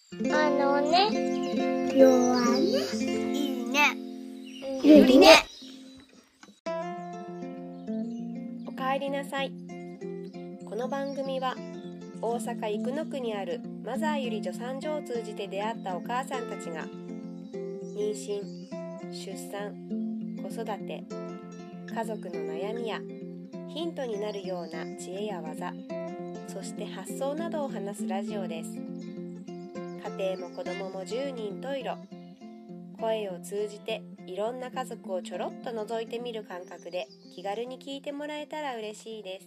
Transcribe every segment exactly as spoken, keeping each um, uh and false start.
あのね、弱ね、 いいね、 ゆりね。 おかえりなさい。この番組は大阪生野区にあるマザーゆり助産所を通じて出会ったお母さんたちが妊娠、出産、子育て、家族の悩みやヒントになるような知恵や技、そして発想などを話すラジオです。家庭も子供も十人十色、声を通じていろんな家族をちょろっと覗いてみる感覚で気軽に聞いてもらえたら嬉しいです。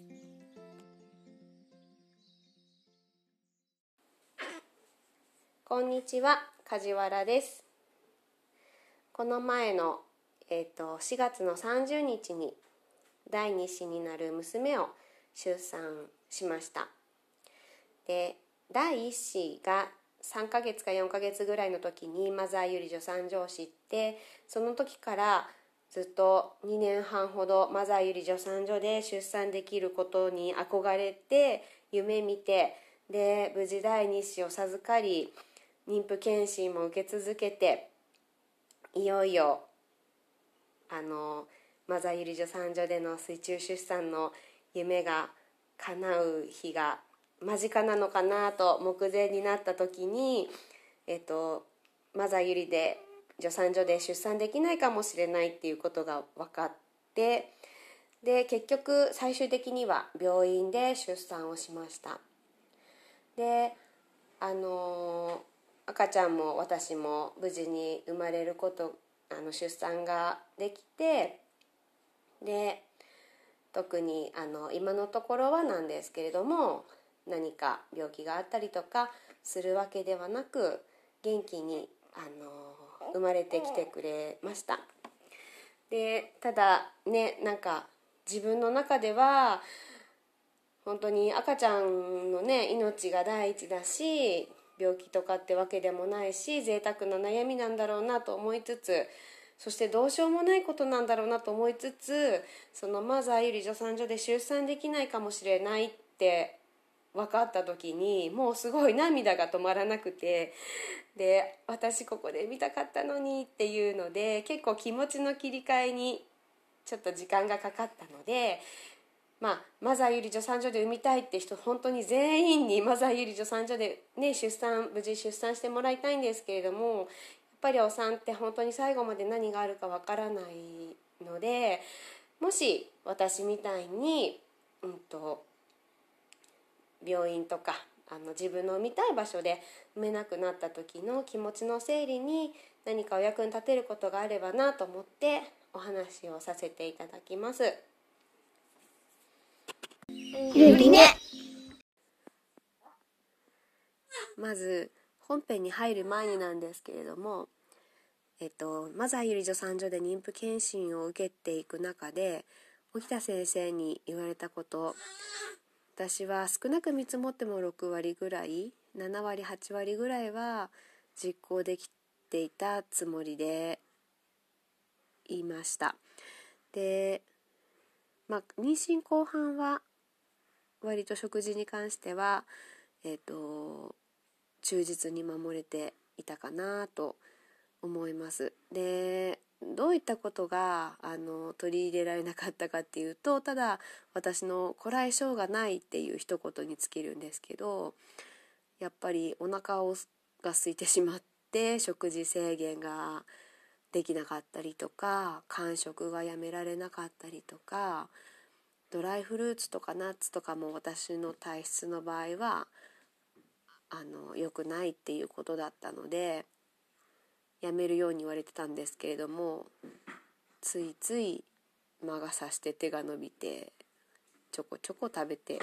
こんにちは、梶原です。この前の、えーと、しがつのさんじゅうにちに第二子になる娘を出産しました。で、第一子がさんかげつかよんかげつぐらいの時にマザーゆり助産所を知って、その時からずっとにねんはんほどマザーゆり助産所で出産できることに憧れて夢見て、で無事第二子を授かり、妊婦検診も受け続けて、いよいよあのマザーゆり助産所での水中出産の夢が叶う日が間近なのかなと目前になった時に、えっと、マザーゆりで助産所で出産できないかもしれないっていうことが分かって、で結局最終的には病院で出産をしました。であの赤ちゃんも私も無事に生まれることあの出産ができて、で特にあの今のところはなんですけれども、何か病気があったりとかするわけではなく、元気にあの生まれてきてくれました。でただね、なんか自分の中では本当に赤ちゃんのね命が第一だし、病気とかってわけでもないし、贅沢な悩みなんだろうなと思いつつ、そしてどうしようもないことなんだろうなと思いつつ、そのマザーゆり助産所で出産できないかもしれないって分かった時に、もうすごい涙が止まらなくて、で私ここで見たかったのにっていうので、結構気持ちの切り替えにちょっと時間がかかったので、まあ、マザーゆり助産所で産みたいって人、本当に全員にマザーゆり助産所で、ね、出産無事出産してもらいたいんですけれども、やっぱりお産って本当に最後まで何があるかわからないので、もし私みたいに、うんと、病院とかあの自分の産みたい場所で産めなくなった時の気持ちの整理に何かお役に立てることがあればなと思ってお話をさせていただきます。 ゆりね。 まず本編に入る前になんですけれども、えっと、マザーゆり助産所で妊婦検診を受けていく中で沖田先生に言われたこと、私は少なく見積もってもろくわりぐらい、ななわりはちわりぐらいは実行できていたつもりでいました。で、まあ、妊娠後半は割と食事に関しては、えっと、忠実に守れていたかなと思います。で、どういったことがあの取り入れられなかったかっていうと、ただ私のこらえ性がないっていう一言に尽きるんですけど、やっぱりお腹をが空いてしまって食事制限ができなかったりとか、間食がやめられなかったりとか、ドライフルーツとかナッツとかも私の体質の場合はあの良くないっていうことだったので、やめるように言われてたんですけれども、ついつい魔が差して手が伸びてちょこちょこ食べて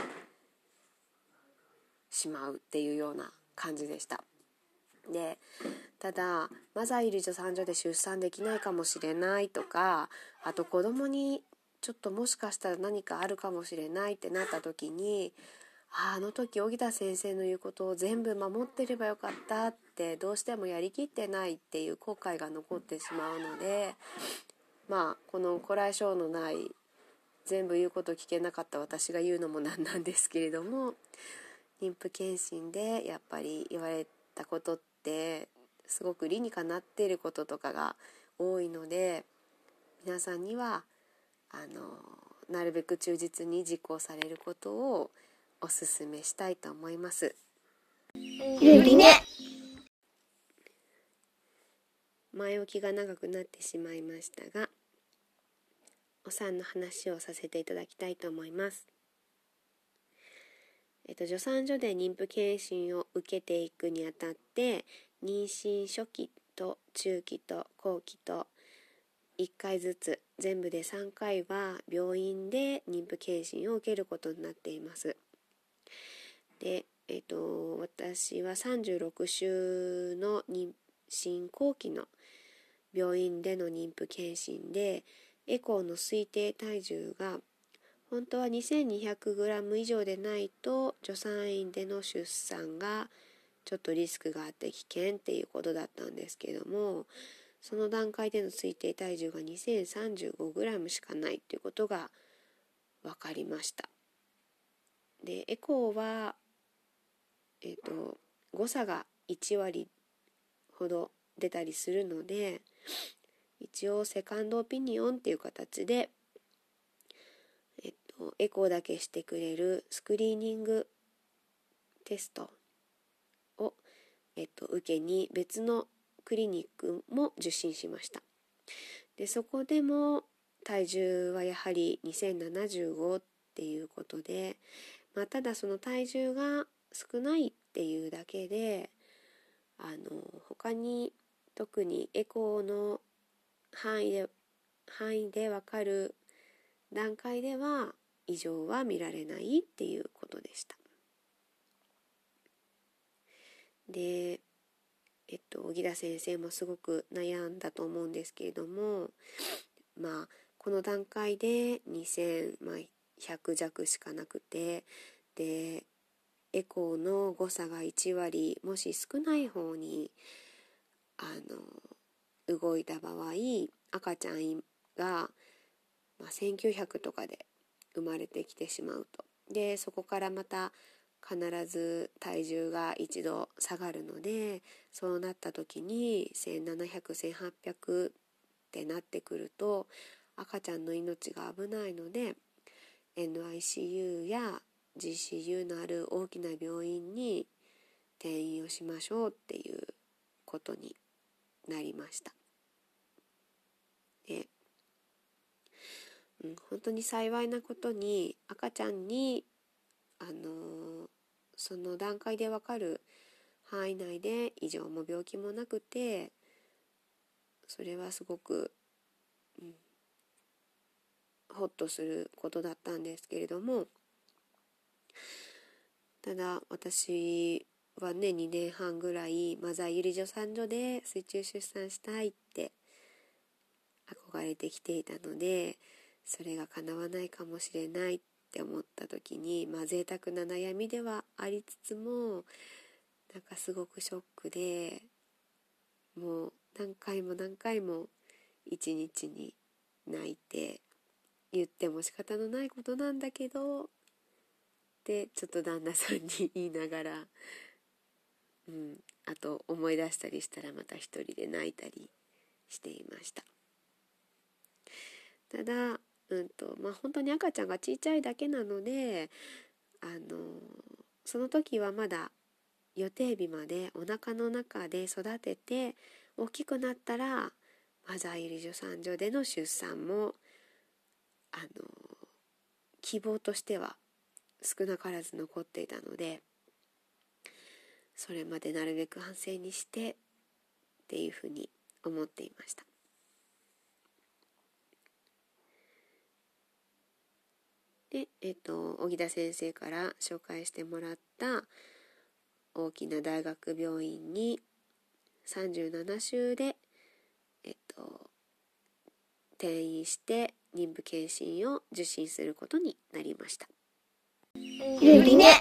しまうっていうような感じでした。で、ただマザーゆり助産所で出産できないかもしれないとか、あと子供にちょっともしかしたら何かあるかもしれないってなった時に、あ, あの時荻田先生の言うことを全部守ってればよかったってどうしてもやりきってないっていう後悔が残ってしまうので、まあこのこらえ性のない、全部言うこと聞けなかった私が言うのもなんなんですけれども、妊婦検診でやっぱり言われったことってすごく理にかなっていることとかが多いので、皆さんにはあのなるべく忠実に実行されることをお勧めしたいと思います。 ゆりね。 前置きが長くなってしまいましたが、お産の話をさせていただきたいと思います。えっと、助産所で妊婦検診を受けていくにあたって、妊娠初期と中期と後期といっかいずつ全部でさんかいは病院で妊婦検診を受けることになっています。で、えっと、私はさんじゅうろく週の妊娠後期の病院での妊婦検診で、エコーの推定体重が本当は にせんにひゃくグラム 以上でないと助産院での出産がちょっとリスクがあって危険っていうことだったんですけども、その段階での推定体重が にせんさんじゅうごグラム しかないっていうことが分かりました。で、エコーは、えーと、誤差がいち割ほど出たりするので、一応セカンドオピニオンっていう形でえっと、エコーだけしてくれるスクリーニングテストを、えっと、受けに別のクリニックも受診しました。で、そこでも体重はやはりにせんななじゅうごっていうことで、まあ、ただその体重が少ないっていうだけで、あの他に特にエコーの範囲で範囲で分かる段階では異常は見られないっていうことでした。で、えっと小木田先生もすごく悩んだと思うんですけれども、まあこの段階でにせんひゃく弱しかなくて、でエコーの誤差がいち割もし少ない方にあの動いた場合、赤ちゃんが、まあ、せんきゅうひゃくとかで生まれてきてしまうと。でそこからまた必ず体重が一度下がるので、そうなった時にせんななひゃく、せんはっぴゃくってなってくると赤ちゃんの命が危ないので、 エヌアイシーユー や ジーシーユー のある大きな病院に転院をしましょうっていうことになりました。でうん、本当に幸いなことに赤ちゃんに、あのー、その段階で分かる範囲内で異常も病気もなくて、それはすごく、うん、ホッとすることだったんですけれども、ただ私はねにねんはんぐらいマザーゆり助産所で水中出産したいって憧れてきていたので、それが叶わないかもしれないって思った時に、まあ贅沢な悩みではありつつも、なんかすごくショックで、もう何回も何回も一日に泣いて、言っても仕方のないことなんだけどってちょっと旦那さんに言いながら、うん、あと思い出したりしたらまた一人で泣いたりしていました。ただ、うんとまあ、本当に赤ちゃんが小さいだけなので、あのその時はまだ予定日までお腹の中で育てて、大きくなったらマザーゆり助産所での出産もあの希望としては少なからず残っていたので、それまでなるべく安静にしてっていうふうに思っていました。で、えっと、小木田先生から紹介してもらった大きな大学病院にさんじゅうなな週で、えっと、転院して妊婦検診を受診することになりました。 ゆりね。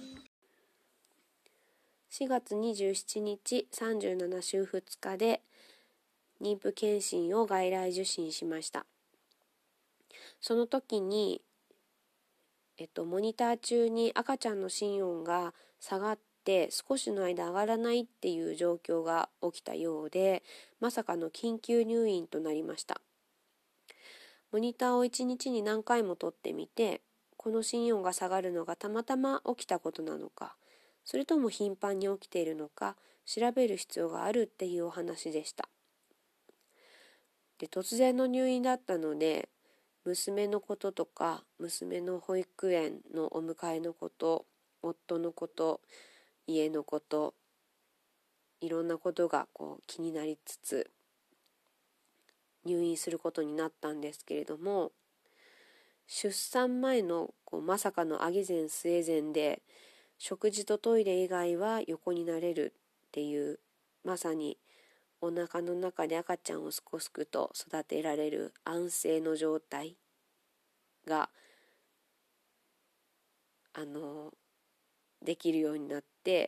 しがつにじゅうしちにち、さんじゅうなな週ふつかで妊婦検診を外来受診しました。その時に、えっと、モニター中に赤ちゃんの心音が下がっって少しの間上がらないっていう状況が起きたようで、まさかの緊急入院となりました。モニターをいちにちに何回も撮ってみて、この心音が下がるのがたまたま起きたことなのか、それとも頻繁に起きているのか調べる必要があるっていうお話でした。で、突然の入院だったので、娘のこととか娘の保育園のお迎えのこと、夫のこと、家のこと、いろんなことがこう気になりつつ入院することになったんですけれども、出産前のこうまさかのアギ膳スエ膳で食事とトイレ以外は横になれるっていう、まさにお腹の中で赤ちゃんをすこすくと育てられる安静の状態があのできるようになって、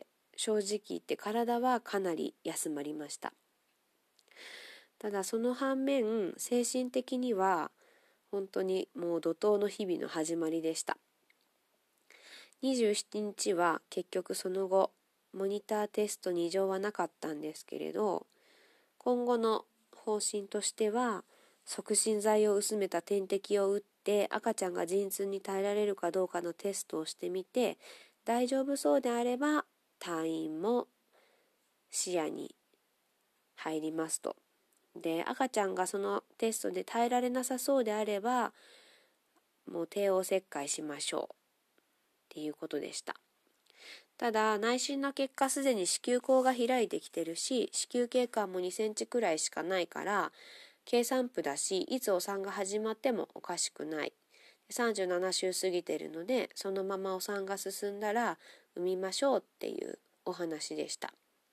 正直言って体はかなり休まりました。ただその反面、精神的には本当にもう怒涛の日々の始まりでした。にじゅうしちにちは結局その後モニターテストに異常はなかったんですけれど、今後の方針としては促進剤を薄めた点滴を打って赤ちゃんが陣痛に耐えられるかどうかのテストをしてみて、大丈夫そうであれば退院も視野に入りますと。で、赤ちゃんがそのテストで耐えられなさそうであればもう帝王切開しましょうっていうことでした。ただ内診の結果、すでに子宮口が開いてきてるし、子宮頸管もにセンチくらいしかないから計算譜だし、いつお産が始まってもおかしくない。さんじゅうなな週過ぎてるので、そのままお産が進んだら産みましょうっていうお話でした。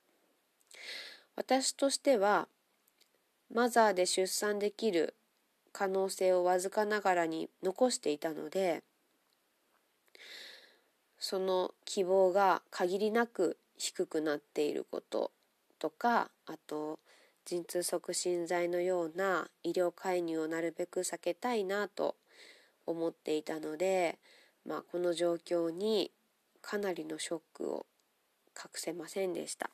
私としてはマザーで出産できる可能性をわずかながらに残していたので、その希望が限りなく低くなっていることとか、あと陣痛促進剤のような医療介入をなるべく避けたいなと思っていたので、まあ、この状況にかなりのショックを隠せませんでした。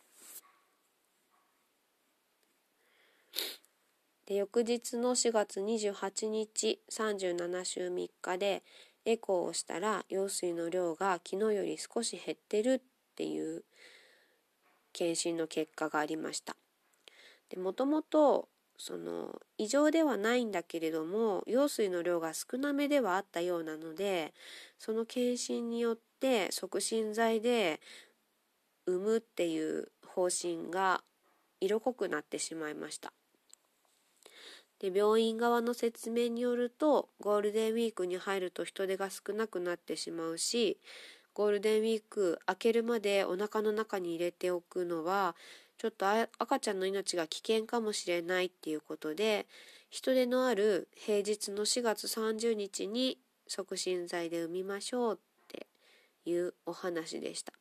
で、翌日のしがつにじゅうはちにち、さんじゅうなな週みっかでエコーをしたら羊水の量が昨日より少し減ってるっていう検診の結果がありました。で、もともとその異常ではないんだけれども羊水の量が少なめではあったようなので、その検診によって促進剤で産むっていう方針が色濃くなってしまいました。で、病院側の説明によると、ゴールデンウィークに入ると人手が少なくなってしまうし、ゴールデンウィーク明けるまでお腹の中に入れておくのはちょっと赤ちゃんの命が危険かもしれないっていうことで、人手のある平日のしがつさんじゅうにちに促進剤で産みましょうっていうお話でした。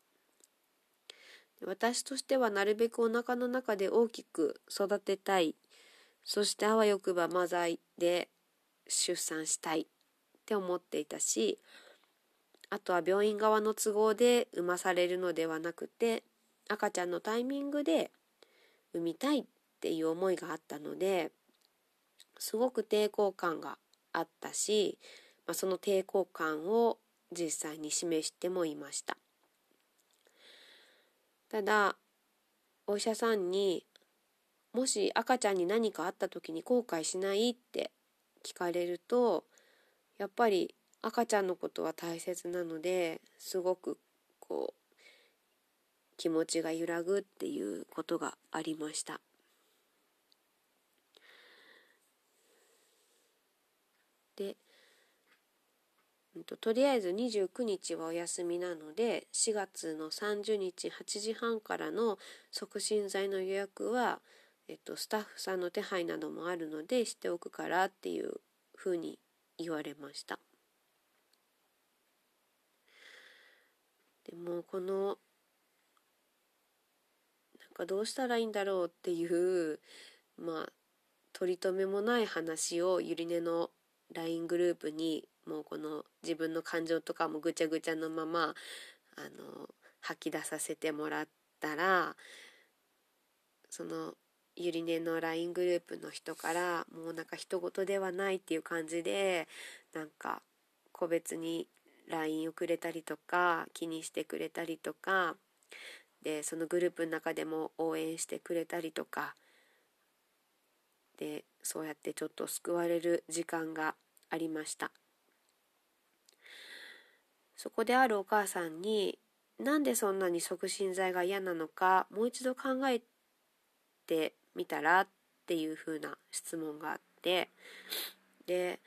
私としてはなるべくお腹の中で大きく育てたい、そしてあわよくばマザーで出産したいって思っていたし、あとは病院側の都合で産まされるのではなくて、赤ちゃんのタイミングで産みたいっていう思いがあったので、すごく抵抗感があったし、まあ、その抵抗感を実際に示してもいました。ただお医者さんにもし赤ちゃんに何かあった時に後悔しないって聞かれると、やっぱり赤ちゃんのことは大切なので、すごくこう気持ちが揺らぐっていうことがありました。で、と, とりあえずにじゅうくにちはお休みなので、しがつのさんじゅうにちはちじはんからの促進剤の予約は、えっと、スタッフさんの手配などもあるのでしておくからっていうふうに言われました。でもこのなんかどうしたらいいんだろうっていうまあ取り留めもない話をゆりねの ライン グループにもうこの自分の感情とかもぐちゃぐちゃのままあの吐き出させてもらったら、そのゆりねの ライン グループの人からもうなんか人事ではないっていう感じで、なんか個別に ライン をくれたりとか気にしてくれたりとかで、そのグループの中でも応援してくれたりとかで、そうやってちょっと救われる時間がありました。そこであるお母さんに、なんでそんなに促進剤が嫌なのかもう一度考えてみたらっていう風な質問があって、で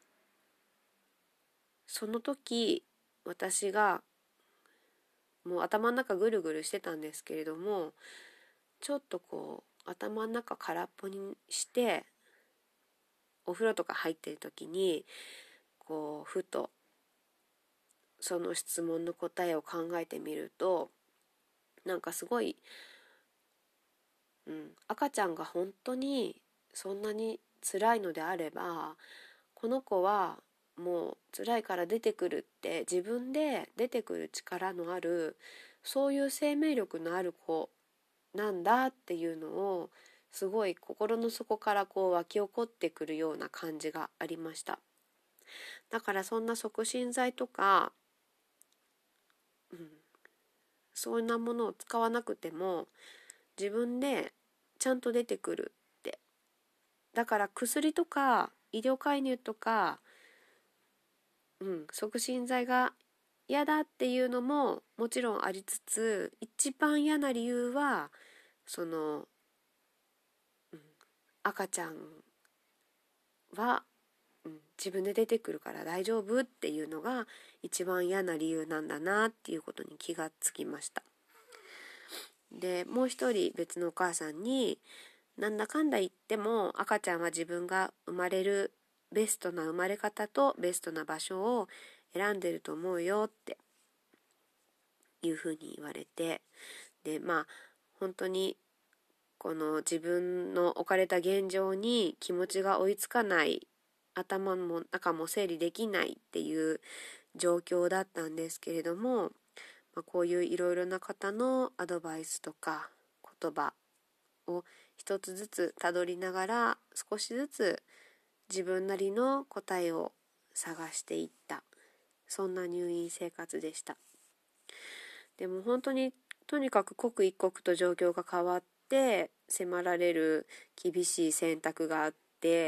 その時私がもう頭の中ぐるぐるしてたんですけれども、ちょっとこう頭の中空っぽにしてお風呂とか入ってる時にこうふとその質問の答えを考えてみると、なんかすごい、うん、赤ちゃんが本当にそんなに辛いのであれば、この子はもう辛いから出てくるって自分で出てくる力のある、そういう生命力のある子なんだっていうのをすごい心の底からこう湧き起こってくるような感じがありました。だからそんな促進剤とか、うん、そんなものを使わなくても自分でちゃんと出てくるって。だから薬とか医療介入とか、うん、促進剤が嫌だっていうのももちろんありつつ、一番嫌な理由はその、うん、赤ちゃんは、うん、自分で出てくるから大丈夫っていうのが一番嫌な理由なんだなっていうことに気がつきました。でもう一人別のお母さんに、なんだかんだ言っても赤ちゃんは自分が生まれるベストな生まれ方とベストな場所を選んでると思うよっていうふうに言われて、でまあ本当にこの自分の置かれた現状に気持ちが追いつかない、頭も中も整理できないっていう状況だったんですけれども、まあ、こういういろいろな方のアドバイスとか言葉を一つずつたどりながら、少しずつ自分なりの答えを探していった、そんな入院生活でした。でも本当にとにかく刻一刻と状況が変わって迫られる厳しい選択があって、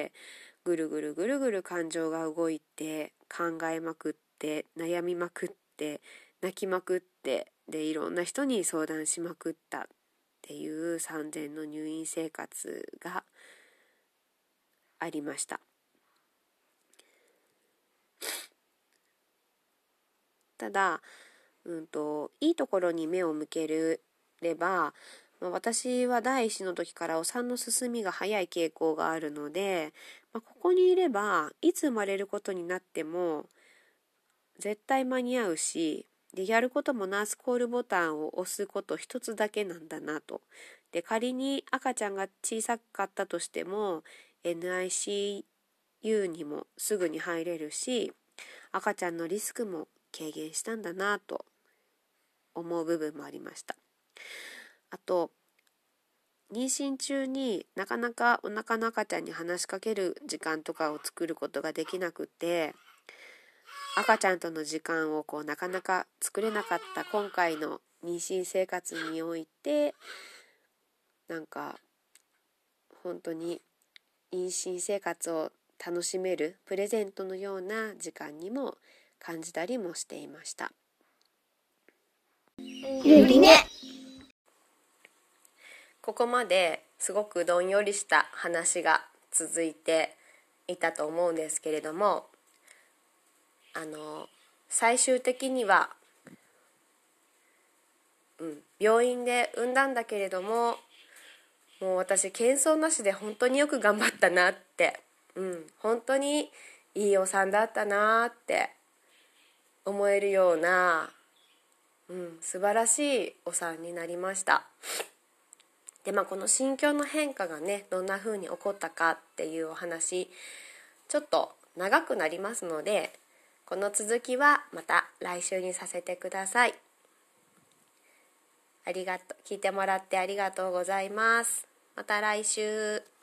ぐるぐるぐるぐる感情が動いて、考えまくって悩みまくって泣きまくって、でいろんな人に相談しまくったっていうさんぜんの入院生活がありました。ただ、うんと、いいところに目を向ければ、まあ、私は第一子の時からお産の進みが早い傾向があるので、まあ、ここにいればいつ生まれることになっても絶対間に合うし、でやることもナースコールボタンを押すこと一つだけなんだなと。で仮に赤ちゃんが小さかったとしても エヌアイシーユー にもすぐに入れるし、赤ちゃんのリスクも軽減したんだなと思う部分もありました。あと妊娠中になかなかお腹の赤ちゃんに話しかける時間とかを作ることができなくて、赤ちゃんとの時間をこうなかなか作れなかった今回の妊娠生活において、なんか本当に妊娠生活を楽しめるプレゼントのような時間にも感じたりもしていました。 ゆりね。 ここまですごくどんよりした話が続いていたと思うんですけれども、あの最終的には、うん、病院で産んだんだけれども、もう私謙遜なしで本当によく頑張ったなって、うん、本当にいいお産だったなって思えるような、うん、素晴らしいお産になりました。でまあ、この心境の変化がねどんな風に起こったかっていうお話、ちょっと長くなりますので、この続きはまた来週にさせてください。 ありがとう聞いてもらってありがとうございます。また来週。